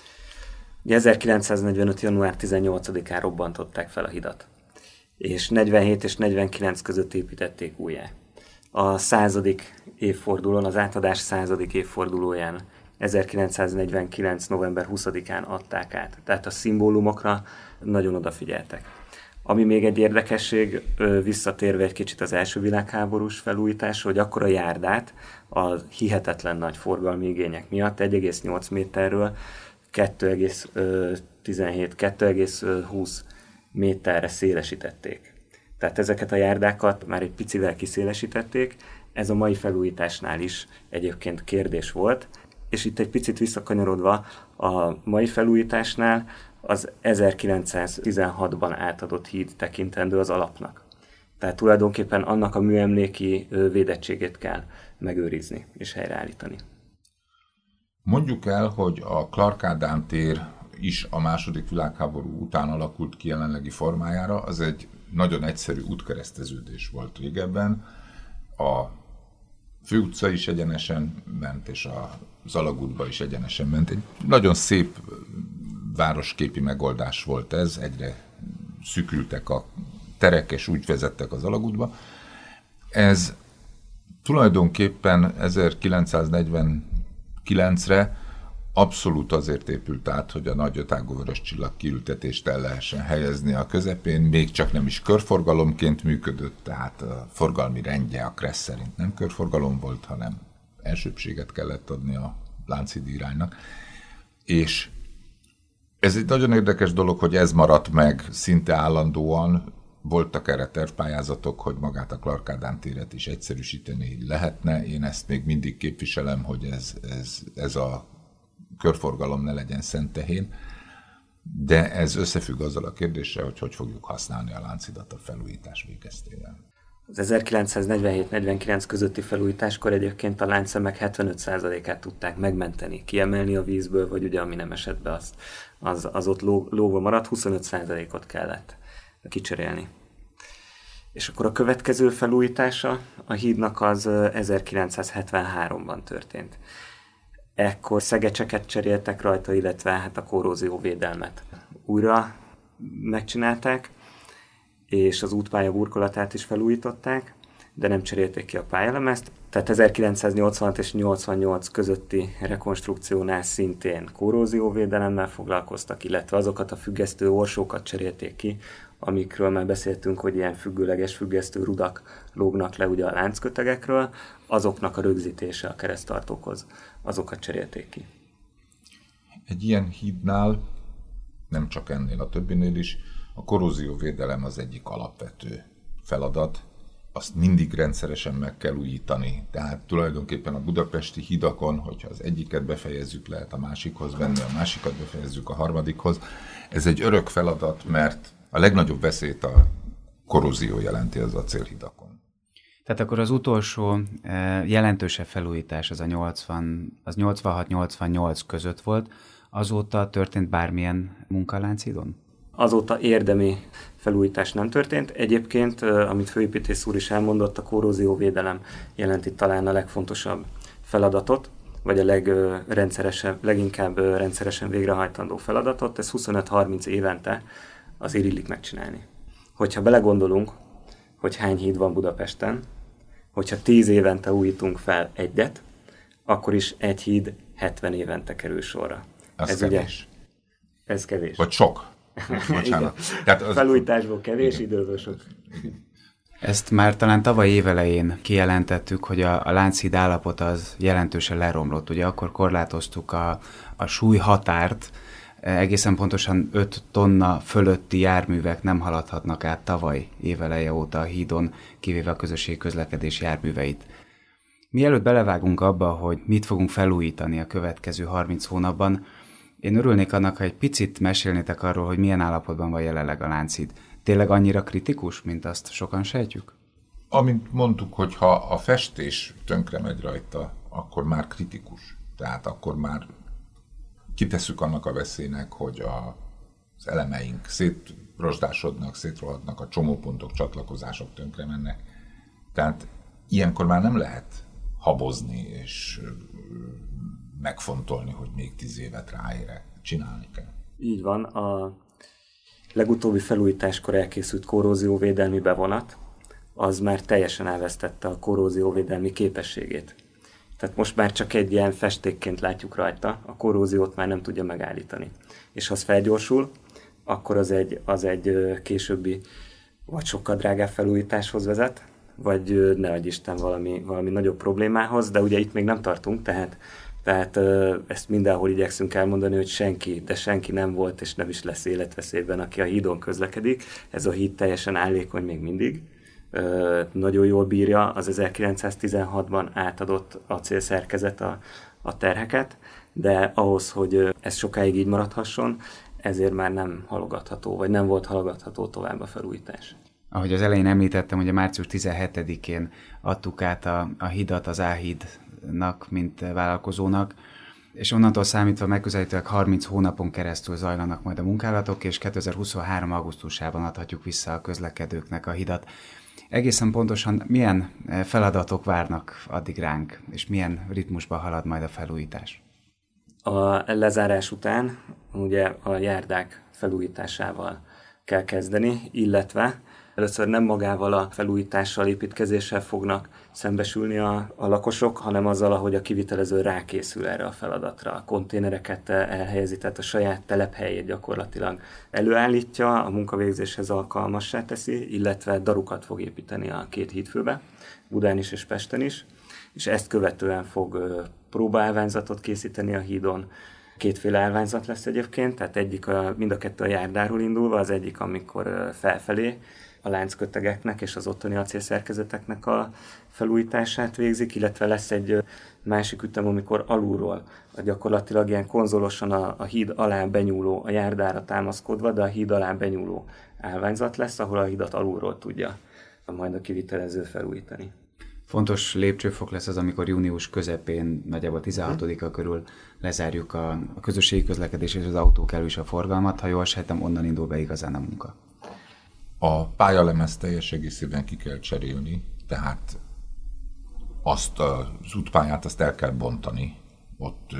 1945. január 18-án robbantották fel a hidat, és 47 és 49 között építették újjá. A 100. évfordulón, az átadás 100. évfordulóján 1949. november 20-án adták át. Tehát a szimbólumokra nagyon odafigyeltek. Ami még egy érdekesség, visszatérve egy kicsit az első világháborús felújításra, hogy akkor a járdát a hihetetlen nagy forgalmi igények miatt 1,8 méterről 2,20 méterre szélesítették. Tehát ezeket a járdákat már egy picivel kiszélesítették, ez a mai felújításnál is egyébként kérdés volt, és itt egy picit visszakanyarodva a mai felújításnál az 1916-ban átadott híd tekintendő az alapnak. Tehát tulajdonképpen annak a műemléki védettségét kell megőrizni és helyreállítani. Mondjuk el, hogy a Clark Ádám tér is a II. Világháború után alakult ki jelenlegi formájára, az egy nagyon egyszerű útkereszteződés volt régebben. A főutca is egyenesen ment, és az alagútba is egyenesen ment. Egy nagyon szép városképi megoldás volt ez, egyre szűkültek a terek, és úgy vezettek az alagútba. Ez tulajdonképpen 1949-re abszolút azért épült át, hogy a nagy ötágú vörös csillag kiültetést el lehessen helyezni a közepén, még csak nem is körforgalomként működött, tehát a forgalmi rendje a Kressz szerint nem körforgalom volt, hanem elsőbbséget kellett adni a Lánchídi iránynak. És ez egy nagyon érdekes dolog, hogy ez maradt meg szinte állandóan. Voltak erre tervpályázatok, hogy magát a Clark Ádám téret is egyszerűsíteni lehetne. Én ezt még mindig képviselem, hogy ez a körforgalom ne legyen szent tehén, de ez összefügg azzal a kérdéssel, hogy fogjuk használni a Lánchidat a felújítás végeztével. Az 1947-49 közötti felújításkor egyébként a láncszemek 75%-át tudták megmenteni, kiemelni a vízből, vagy ugye ami nem esett be, az ott lógva maradt, 25%-ot kellett kicserélni. És akkor a következő felújítása a hídnak az 1973-ban történt. Ekkor szegecseket cseréltek rajta, illetve hát a korrózióvédelmet újra megcsinálták, és az útpálya burkolatát is felújították, de nem cserélték ki a pályalemezt. Tehát 1986 és 88 közötti rekonstrukciónál szintén korrózióvédelemmel foglalkoztak, illetve azokat a függesztő orsókat cserélték ki, amikről már beszéltünk, hogy ilyen függőleges függesztő rudak lógnak le ugye a lánckötegekről, azoknak a rögzítése a kereszttartókhoz, azokat cserélték ki. Egy ilyen hídnál, nem csak ennél, a többinél is, a korrózióvédelem az egyik alapvető feladat, azt mindig rendszeresen meg kell újítani. Tehát tulajdonképpen a budapesti hídakon, hogyha az egyiket befejezzük, lehet a másikhoz venni, a másikat befejezzük a harmadikhoz. Ez egy örök feladat, mert a legnagyobb veszélyt a korrózió jelenti az acélhídakon. Tehát akkor az utolsó jelentősebb felújítás az 86-88 között volt. Azóta történt bármilyen munka a Lánchídon? Azóta érdemi felújítás nem történt. Egyébként, amit főépítész úr is elmondott, a korrózióvédelem jelenti talán a legfontosabb feladatot, vagy a leginkább rendszeresen végrehajtandó feladatot. Ez 25-30 évente azért illik megcsinálni. Hogyha belegondolunk, hogy hány híd van Budapesten, hogyha 10 évente újítunk fel egyet, akkor is egy híd 70 évente kerül sorra. Ez kevés. Ugye, ez kevés. Vagy sok. Bocsánat. Tehát az... Felújításból kevés, időből sok. Ezt már talán tavaly évelején kijelentettük, hogy a Lánchíd állapot az jelentősen leromlott. Ugye akkor korlátoztuk a súlyhatárt, egészen pontosan 5 tonna fölötti járművek nem haladhatnak át tavaly éveleje óta a hídon, kivéve a közösségi közlekedés járműveit. Mielőtt belevágunk abba, hogy mit fogunk felújítani a következő 30 hónapban, én örülnék annak, ha egy picit mesélnétek arról, hogy milyen állapotban van jelenleg a Lánchíd. Tényleg annyira kritikus, mint azt sokan sejtjük? Amint mondtuk, hogy ha a festés tönkre megy rajta, akkor már kritikus. Tehát akkor már kitesszük annak a veszélynek, hogy az elemeink szétrosdásodnak, szétrohadnak, a csomópontok, csatlakozások tönkre mennek. Tehát ilyenkor már nem lehet habozni és megfontolni, hogy még 10 évet ráére csinálni kell. Így van. A legutóbbi felújításkor elkészült korrózióvédelmi bevonat, az már teljesen elvesztette a korrózióvédelmi képességét. Tehát most már csak egy ilyen festékként látjuk rajta, a korróziót már nem tudja megállítani. És ha az felgyorsul, akkor az egy későbbi, vagy sokkal drágább felújításhoz vezet, vagy ne adj Isten valami nagyobb problémához, de ugye itt még nem tartunk, tehát ezt mindenhol igyekszünk elmondani, hogy senki nem volt és nem is lesz életveszélyben, aki a hídon közlekedik. Ez a híd teljesen állékony még mindig. Nagyon jól bírja az 1916-ban átadott acélszerkezet a terheket, de ahhoz, hogy ez sokáig így maradhasson, ezért már nem halogatható, vagy nem volt halogatható tovább a felújítás. Ahogy az elején említettem, hogy a március 17-én adtuk át a hidat az A-hídnak, mint vállalkozónak, és onnantól számítva megközelítőleg 30 hónapon keresztül zajlanak majd a munkálatok, és 2023. augusztusában adhatjuk vissza a közlekedőknek a hidat. Egészen pontosan milyen feladatok várnak addig ránk, és milyen ritmusban halad majd a felújítás? A lezárás után ugye a járdák felújításával kell kezdeni, illetve először nem magával a felújítással, építkezéssel fognak szembesülni a lakosok, hanem azzal, ahogy a kivitelező rákészül erre a feladatra. A konténereket elhelyezi, tehát a saját telephelyét gyakorlatilag előállítja, a munkavégzéshez alkalmassá teszi, illetve darukat fog építeni a két hídfőbe, Budán is és Pesten is, és ezt követően fog próbaállványzatot készíteni a hídon. Kétféle állványzat lesz egyébként, tehát mind a kettő a járdáról indulva, az egyik, amikor felfelé a lánckötegeknek és az ottani acélszerkezeteknek a felújítását végzik, illetve lesz egy másik ütem, amikor alulról, gyakorlatilag ilyen konzolosan a híd alá benyúló, a járdára támaszkodva, de a híd alá benyúló állványzat lesz, ahol a hidat alulról tudja majd a kivitelező felújítani. Fontos lépcsőfok lesz az, amikor június közepén, nagyjából 16-a körül lezárjuk a közösségi közlekedés és az autók elő is a forgalmat. Ha jól sejtem, onnan indul be igazán a munka. A pályalemezt teljes egészében ki kell cserélni, tehát azt az útpályát azt el kell bontani, ott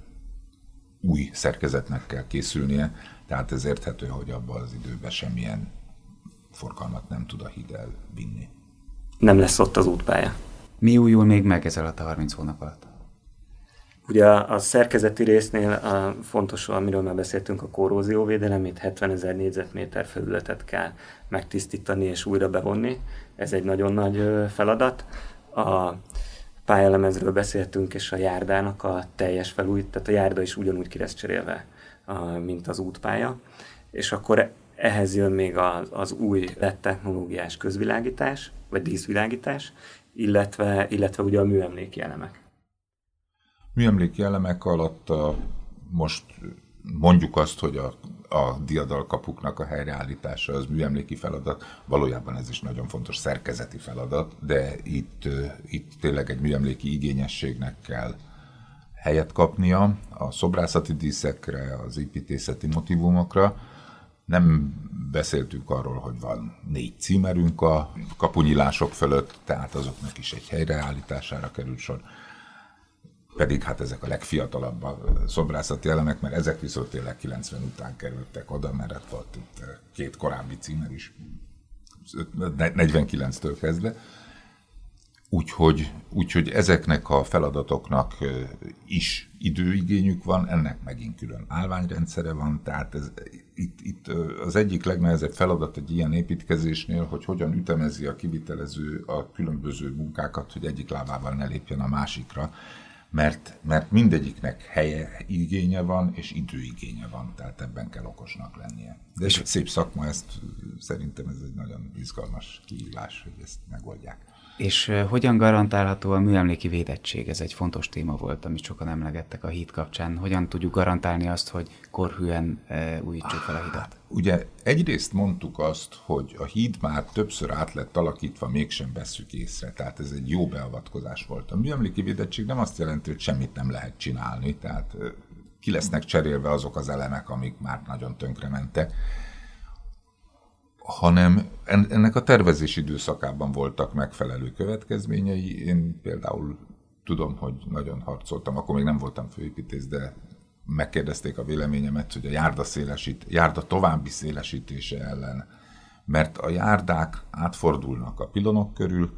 új szerkezetnek kell készülnie, tehát ez érthető, hogy abban az időben semmilyen forgalmat nem tud a híd elvinni. Nem lesz ott az útpálya. Mi újul még meg ez alatt a 30 hónap alatt? Ugye a szerkezeti résznél fontos, amiről már beszéltünk, a korrózióvédelem, itt 70 000 négyzetméter felületet kell megtisztítani és újra bevonni. Ez egy nagyon nagy feladat. A pályalemezről beszéltünk, és a járdának a teljes felújítás, tehát a járda is ugyanúgy ki lesz cserélve, mint az útpálya. És akkor ehhez jön még az új LED-technológiás közvilágítás, vagy díszvilágítás, illetve ugye a műemléki elemek. Műemléki elemek alatt most mondjuk azt, hogy a diadalkapuknak a helyreállítása az műemléki feladat, valójában ez is nagyon fontos szerkezeti feladat, de itt tényleg egy műemléki igényességnek kell helyet kapnia a szobrászati díszekre, az építészeti motívumokra. Nem beszéltünk arról, hogy van 4 címerünk a kapunyilások fölött, tehát azoknak is egy helyreállítására került sor. Pedig hát ezek a legfiatalabb szobrászati elemek, mert ezek viszont tényleg 90 után kerültek oda, mert volt itt 2 korábbi címer is, 49-től kezdve. Úgyhogy ezeknek a feladatoknak is időigényük van, ennek megint külön állványrendszere van, tehát itt az egyik legnehezebb feladat egy ilyen építkezésnél, hogy hogyan ütemezi a kivitelező a különböző munkákat, hogy egyik lábával ne lépjen a másikra, mert mindegyiknek helye igénye van, és időigénye van, tehát ebben kell okosnak lennie. De ez egy szép szakma, szerintem ez egy nagyon izgalmas kihívás, hogy ezt megoldják. És hogyan garantálható a műemléki védettség? Ez egy fontos téma volt, amit sokan emlegettek a híd kapcsán. Hogyan tudjuk garantálni azt, hogy korhűen újítsuk fel a hidat? Ugye egyrészt mondtuk azt, hogy a híd már többször át lett alakítva, mégsem vesszük észre. Tehát ez egy jó beavatkozás volt. A műemléki védettség nem azt jelenti, hogy semmit nem lehet csinálni. Tehát ki lesznek cserélve azok az elemek, amik már nagyon tönkrementek, hanem ennek a tervezési időszakában voltak megfelelő következményei. Én például tudom, hogy nagyon harcoltam, akkor még nem voltam főépítész, de megkérdezték a véleményemet, hogy a járda további szélesítése ellen, mert a járdák átfordulnak a pilonok körül,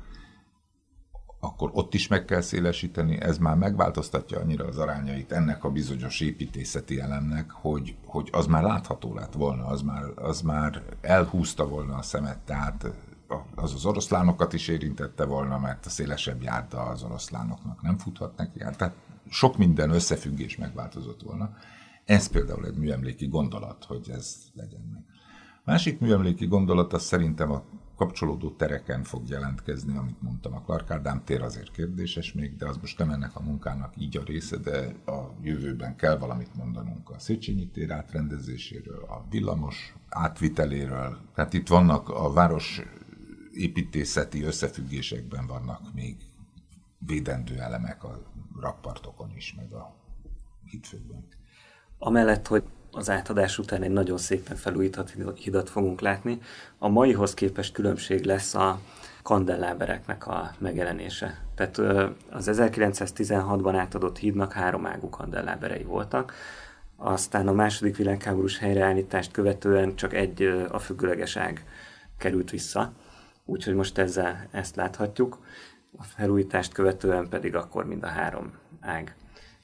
akkor ott is meg kell szélesíteni, ez már megváltoztatja annyira az arányait ennek a bizonyos építészeti elemnek, hogy az már látható lett volna, az már elhúzta volna a szemet, tehát az oroszlánokat is érintette volna, mert a szélesebb járda az oroszlánoknak nem futhat neki, tehát sok minden összefüggés megváltozott volna. Ez például egy műemléki gondolat, hogy ez legyen meg. Másik műemléki gondolat az szerintem a kapcsolódó tereken fog jelentkezni, amit mondtam, a Clark Ádám tér azért kérdéses még, de az most nem ennek a munkának így a része, de a jövőben kell valamit mondanunk a Széchenyi tér átrendezéséről, a villamos átviteléről. Tehát itt vannak a város építészeti összefüggésekben vannak még védendő elemek a rakpartokon is, meg a hídfőkben. Amellett, hogy az átadás után egy nagyon szépen felújított hidat fogunk látni, a maihoz képest különbség lesz a kandellábereknek a megjelenése. Tehát az 1916-ban átadott hídnak 3 ágú kandelláberei voltak, aztán a második világháborús helyreállítást követően csak egy a függőleges ág került vissza, úgyhogy most ezt láthatjuk. A felújítást követően pedig akkor mind a 3 ág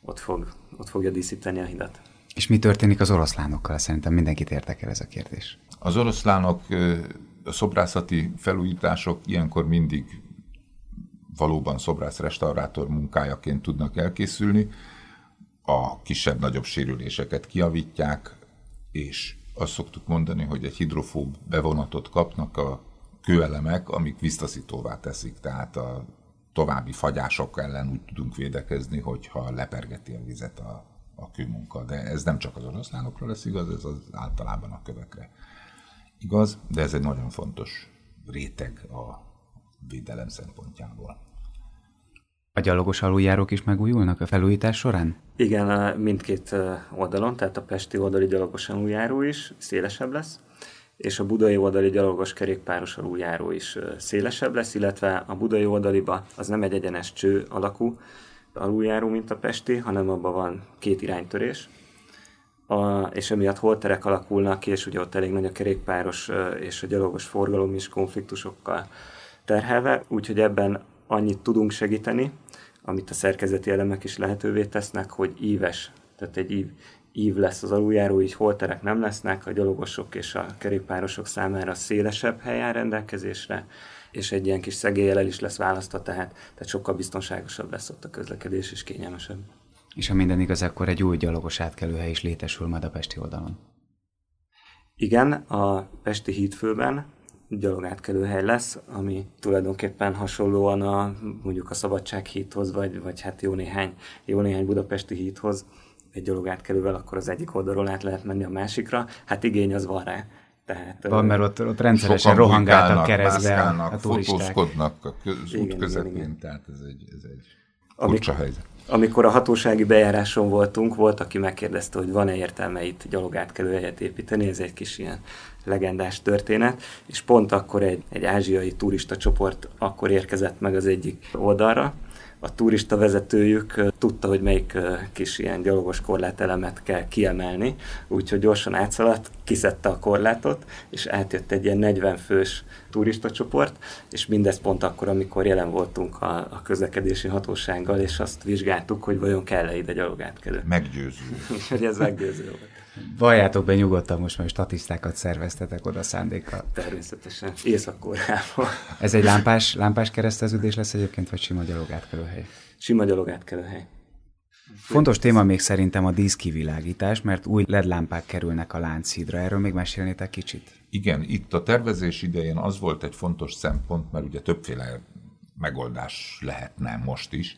ott fogja díszíteni a hidat. És mi történik az oroszlánokkal? Szerintem mindenkit érdekel ez a kérdés. Az oroszlánok, a szobrászati felújítások ilyenkor mindig valóban szobrász-restaurátor munkájaként tudnak elkészülni. A kisebb-nagyobb sérüléseket kijavítják, és azt szoktuk mondani, hogy egy hidrofób bevonatot kapnak a kőelemek, amik visszaszítóvá teszik, tehát a további fagyások ellen úgy tudunk védekezni, hogyha lepergeti a vizet a kőmunka. De ez nem csak az oroszlánokra lesz igaz, ez az általában a kövekre igaz, de ez egy nagyon fontos réteg a védelem szempontjából. A gyalogos aluljárók is megújulnak a felújítás során? Igen, mindkét oldalon, tehát a pesti oldali gyalogos aluljáró is szélesebb lesz, és a budai oldali gyalogos kerékpáros aluljáró is szélesebb lesz, illetve a budai oldaliba az nem egy egyenes cső alakú aluljáró, mint a pesti, hanem abban van 2 iránytörés, és emiatt holterek alakulnak ki, és ugye ott elég nagy a kerékpáros és a gyalogos forgalom is konfliktusokkal terhelve, úgyhogy ebben annyit tudunk segíteni, amit a szerkezeti elemek is lehetővé tesznek, hogy íves, tehát egy ív lesz az aluljáró, így holterek nem lesznek, a gyalogosok és a kerékpárosok számára szélesebb hely áll rendelkezésre, és egy ilyen kis szegéllyel is lesz választva, tehát sokkal biztonságosabb lesz ott a közlekedés, és kényelmesebb. És ha minden igaz, akkor egy új gyalogos átkelőhely is létesül majd a pesti oldalon. Igen, a pesti hídfőben gyalogátkelőhely lesz, ami tulajdonképpen hasonlóan mondjuk a Szabadsághídhoz, vagy hát jó néhány budapesti hídhoz egy gyalogátkelővel, akkor az egyik oldalról át lehet menni a másikra. Hát igény az van rá. Tehát, van, mert ott rendszeresen rohangáltak keresztbe a turisták. Fotózkodnak az út közepén, igen. Tehát ez egy furcsa helyzet. Amikor a hatósági bejáráson voltunk, volt, aki megkérdezte, hogy van-e értelme itt gyalogátkelőhelyet építeni, ez egy kis ilyen legendás történet, és pont akkor egy ázsiai turista csoport akkor érkezett meg az egyik oldalra. A turista vezetőjük tudta, hogy melyik kis ilyen gyalogos korlátelemet kell kiemelni, úgyhogy gyorsan átszaladt, kiszedte a korlátot, és átjött egy ilyen 40 fős turista csoport, és mindez pont akkor, amikor jelen voltunk a közlekedési hatósággal, és azt vizsgáltuk, hogy vajon kell-e ide gyalogátkelő. Meggyőző. Hogy ez meggyőző volt. Valljátok be nyugodtan, most már statisztákat szerveztetek oda szándékkal. Természetesen. Észak-Koreában. Ez egy lámpás kereszteződés lesz egyébként, vagy sima gyalogátkelőhely? Sima gyalogátkelőhely. Fontos téma még szerintem a díszkivilágítás, mert új LED lámpák kerülnek a Lánchídra. Erről még mesélnétek kicsit? Igen, itt a tervezés idején az volt egy fontos szempont, mert ugye többféle megoldás lehetne most is,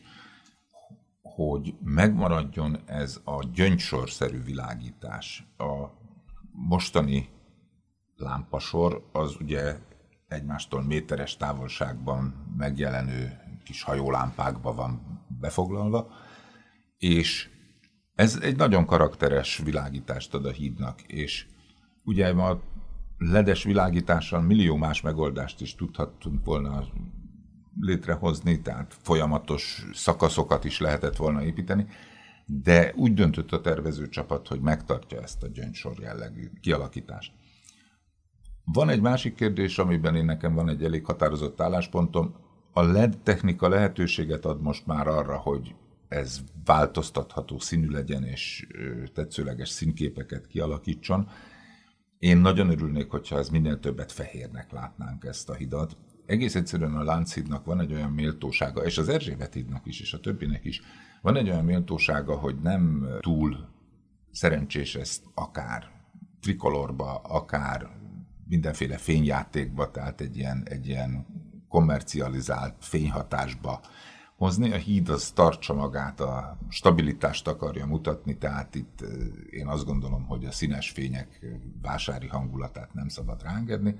hogy megmaradjon ez a gyöngysorszerű világítás. A mostani lámpasor az ugye egymástól méteres távolságban megjelenő kis hajólámpákba van befoglalva, és ez egy nagyon karakteres világítást ad a hídnak, és ugye a ledes világítással millió más megoldást is tudhattunk volna létrehozni, tehát folyamatos szakaszokat is lehetett volna építeni, de úgy döntött a tervezőcsapat, hogy megtartja ezt a gyöngysor jellegű kialakítást. Van egy másik kérdés, amiben nekem van egy elég határozott álláspontom. A LED technika lehetőséget ad most már arra, hogy ez változtatható színű legyen, és tetszőleges színképeket kialakítson. Én nagyon örülnék, hogyha ez minél többet fehérnek látnánk ezt a hidat. Egész egyszerűen a Lánchídnak van egy olyan méltósága, és az Erzsébet hídnak is, és a többinek is, van egy olyan méltósága, hogy nem túl szerencsés ezt akár trikolorba, akár mindenféle fényjátékba, tehát egy ilyen kommercializált fényhatásba hozni. A híd az tartsa magát, a stabilitást akarja mutatni, tehát itt én azt gondolom, hogy a színes fények vásári hangulatát nem szabad ráengedni,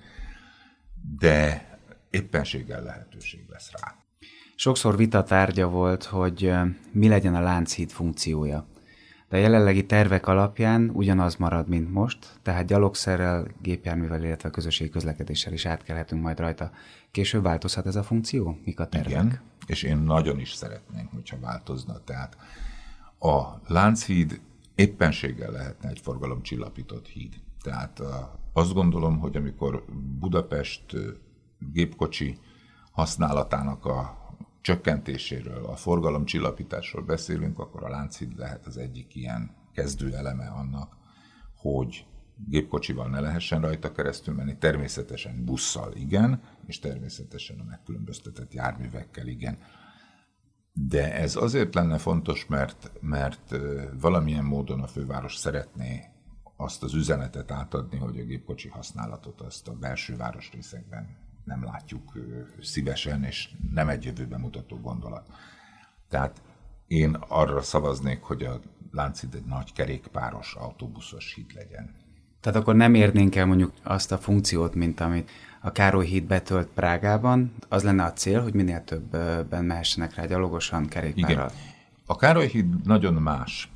de éppenséggel lehetőség lesz rá. Sokszor vita tárgya volt, hogy mi legyen a Lánchíd funkciója. De a jelenlegi tervek alapján ugyanaz marad, mint most, tehát gyalogszerrel, gépjárművel, illetve közösségi közlekedéssel is átkelhetünk majd rajta. Később változhat ez a funkció? Mik a tervek? Igen, és én nagyon is szeretném, hogyha változna. Tehát a Lánchíd éppenséggel lehetne egy forgalomcsillapított híd. Tehát azt gondolom, hogy amikor Budapest gépkocsi használatának a csökkentéséről, a forgalomcsillapításról beszélünk, akkor a Lánchíd lehet az egyik ilyen kezdő eleme annak, hogy gépkocsival ne lehessen rajta keresztül menni, természetesen busszal igen, és természetesen a megkülönböztetett járművekkel igen. De ez azért lenne fontos, mert valamilyen módon a főváros szeretné azt az üzenetet átadni, hogy a gépkocsi használatot azt a belső városrészekben nem látjuk szívesen, és nem egy jövőben mutató gondolat. Tehát én arra szavaznék, hogy a Lánchíd egy nagy kerékpáros, autóbuszos híd legyen. Tehát akkor nem érnénk el mondjuk azt a funkciót, mint amit a Károly híd betölt Prágában. Az lenne a cél, hogy minél többen mehessenek rá gyalogosan, kerékpárral. Igen. A Károly híd nagyon más.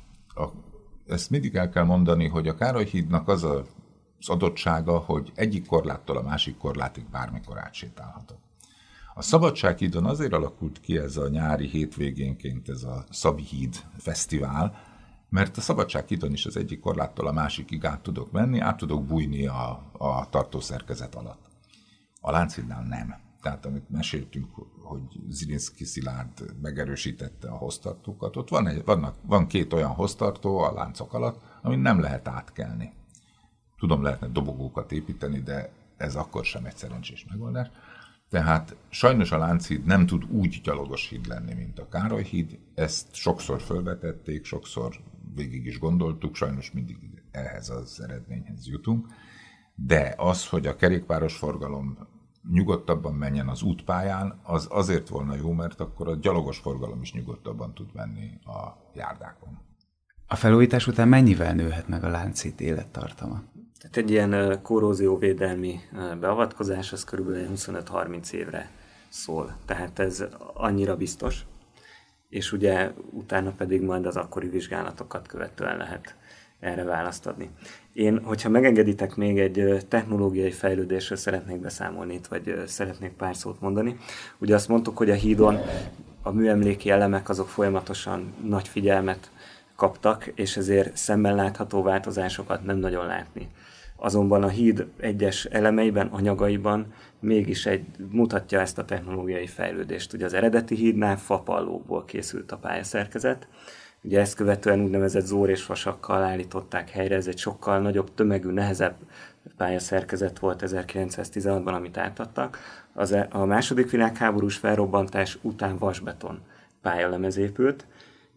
Ezt mindig el kell mondani, hogy a Károly hídnak az az adottsága, hogy egyik korláttól a másik korlátig bármikor átsétálhatok. A Szabadsághídon azért alakult ki ez a nyári hétvégénként ez a Szabi híd fesztivál, mert a Szabadsághídon is az egyik korláttól a másikig át tudok menni, át tudok bújni a tartószerkezet alatt. A Lánchídnál nem. Tehát amit meséltünk, hogy Zsilinszky Szilárd megerősítette a hoztartókat, ott van két olyan hoztartó a láncok alatt, amin nem lehet átkelni. Tudom, lehetne dobogókat építeni, de ez akkor sem egy szerencsés megoldás. Tehát sajnos a Lánchíd nem tud úgy gyalogos híd lenni, mint a Károly híd. Ezt sokszor felvetették, sokszor végig is gondoltuk, sajnos mindig ehhez az eredményhez jutunk. De az, hogy a kerékpáros forgalom nyugodtabban menjen az útpályán, az azért volna jó, mert akkor a gyalogos forgalom is nyugodtabban tud menni a járdákon. A felújítás után mennyivel nőhet meg a Lánchíd élettartama? Tehát egy ilyen korrózióvédelmi beavatkozás az körülbelül 25-30 évre szól. Tehát ez annyira biztos, és ugye utána pedig majd az akkori vizsgálatokat követően lehet erre választ adni. Én, hogyha megengeditek, még egy technológiai fejlődésről szeretnék beszámolni itt, vagy szeretnék pár szót mondani. Ugye azt mondtuk, hogy a hídon a műemléki elemek azok folyamatosan nagy figyelmet kaptak, és ezért szemben látható változásokat nem nagyon látni. Azonban a híd egyes elemeiben, anyagaiban mégis mutatja ezt a technológiai fejlődést. Ugye az eredeti hídnál fapallókból készült a pályaszerkezet, ugye ezt követően úgynevezett zór és vasakkal állították helyre, ez egy sokkal nagyobb tömegű, nehezebb pályaszerkezet volt 1916-ban, amit átadtak. A második világháborús felrobbantás után vasbeton pályalemez épült,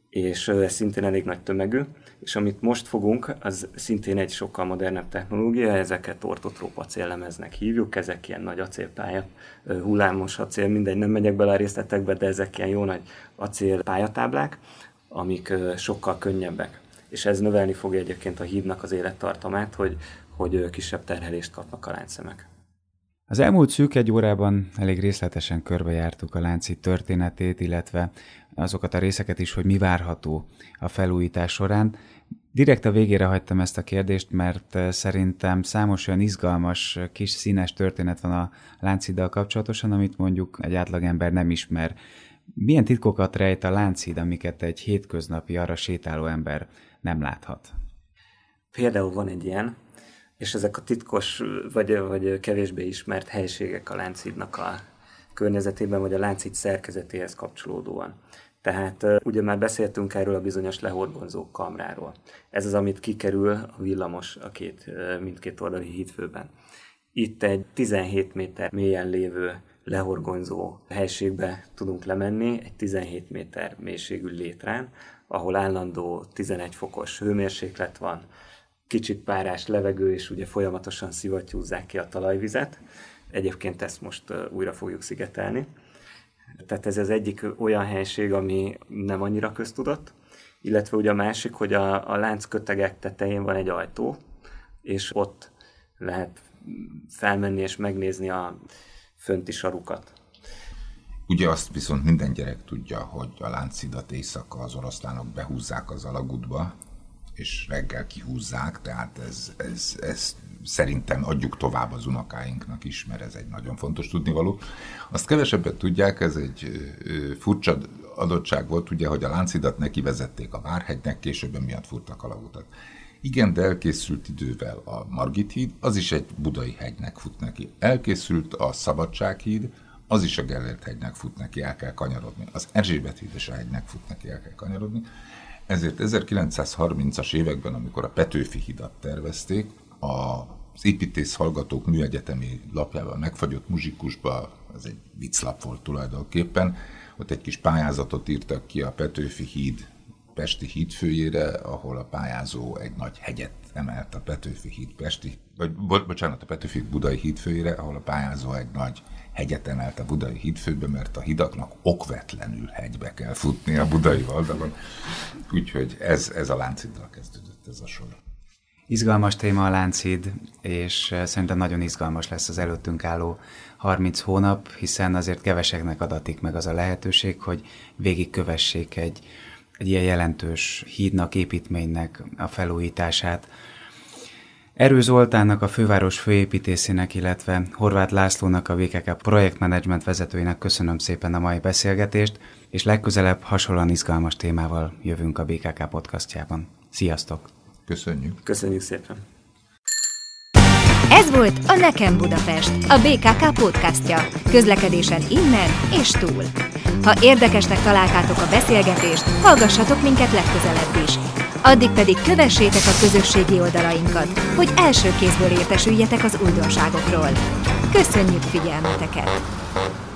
és ez szintén elég nagy tömegű, és amit most fogunk, az szintén egy sokkal modernebb technológia, ezeket ortotróp acéllemeznek hívjuk, ezek ilyen nagy acélpálya, hullámos acél, mindegy, nem megyek bele a részletekbe, de ezek ilyen jó nagy acélpályatáblák, amik sokkal könnyebbek. És ez növelni fogja egyébként a hídnak az élettartamát, hogy kisebb terhelést kapnak a láncszemek. Az elmúlt szűk egy órában elég részletesen körbejártuk a Lánchíd történetét, illetve azokat a részeket is, hogy mi várható a felújítás során. Direkt a végére hagytam ezt a kérdést, mert szerintem számos olyan izgalmas, kis színes történet van a Lánchíddal kapcsolatosan, amit mondjuk egy átlagember nem ismer. Milyen titkokat rejt a Lánchíd, amiket egy hétköznapi arra sétáló ember nem láthat? Például van egy ilyen, és ezek a titkos vagy kevésbé ismert helységek a Lánchídnak a környezetében, vagy a Lánchíd szerkezetéhez kapcsolódóan. Tehát ugye már beszéltünk erről a bizonyos lehorgonzó kamráról. Ez az, amit kikerül a villamos a mindkét oldali hídfőben. Itt egy 17 méter mélyen lévő lehorgonzó helységbe tudunk lemenni, egy 17 méter mélységű létrán, ahol állandó 11 fokos hőmérséklet van, kicsit párás levegő, és ugye folyamatosan szivattyúzzák ki a talajvizet. Egyébként ezt most újra fogjuk szigetelni. Tehát ez az egyik olyan helység, ami nem annyira köztudott, illetve ugye a másik, hogy a lánckötegek tetején van egy ajtó, és ott lehet felmenni és megnézni a fönti sarukat. Ugye azt viszont minden gyerek tudja, hogy a Lánchidat éjszaka az oroszlánok behúzzák az alagútba, és reggel kihúzzák, tehát ez szerintem adjuk tovább az unokáinknak is, mert ez egy nagyon fontos tudnivaló. Azt kevesebbet tudják, ez egy furcsa adottság volt, ugye, hogy a Lánchidat nekivezették a Várhegynek, később miatt furtak alagutat. Igen, de elkészült idővel a Margit híd, az is egy budai hegynek fut neki. Elkészült a Szabadsághíd, az is a Gellért hegynek fut neki, el kell kanyarodni. Az Erzsébet híd és a hegynek fut neki, el kell kanyarodni. Ezért 1930-as években, amikor a Petőfi hidat tervezték, az építész hallgatók műegyetemi lapjában megfagyott muzsikusba, ez egy vicclap volt tulajdonképpen, ott egy kis pályázatot írtak ki a Petőfi híd pesti hídfőjére, ahol a pályázó egy nagy hegyet emelt a Petőfi híd a Petőfi híd budai hídfőjére, ahol a pályázó egy nagy hegyet emelt a budai hídfőbe, mert a hidaknak okvetlenül hegybe kell futni a budai oldalon. Úgyhogy ez a Lánchiddal kezdődött ez a sor. Izgalmas téma a Lánchíd, és szerintem nagyon izgalmas lesz az előttünk álló 30 hónap, hiszen azért keveseknek adatik meg az a lehetőség, hogy végigkövessék egy ilyen jelentős hídnak, építménynek a felújítását. Erő Zoltánnak, a főváros főépítészének, illetve Horváth Lászlónak, a VKK projektmenedzsment vezetőinek köszönöm szépen a mai beszélgetést, és legközelebb hasonlóan izgalmas témával jövünk a BKK podcastjában. Sziasztok! Köszönjük! Köszönjük szépen! Ez volt a Nekem Budapest, a BKK podcastja, közlekedésen innen és túl. Ha érdekesnek találtátok a beszélgetést, hallgassatok minket legközelebb is. Addig pedig kövessétek a közösségi oldalainkat, hogy első kézből értesüljetek az újdonságokról. Köszönjük figyelmeteket!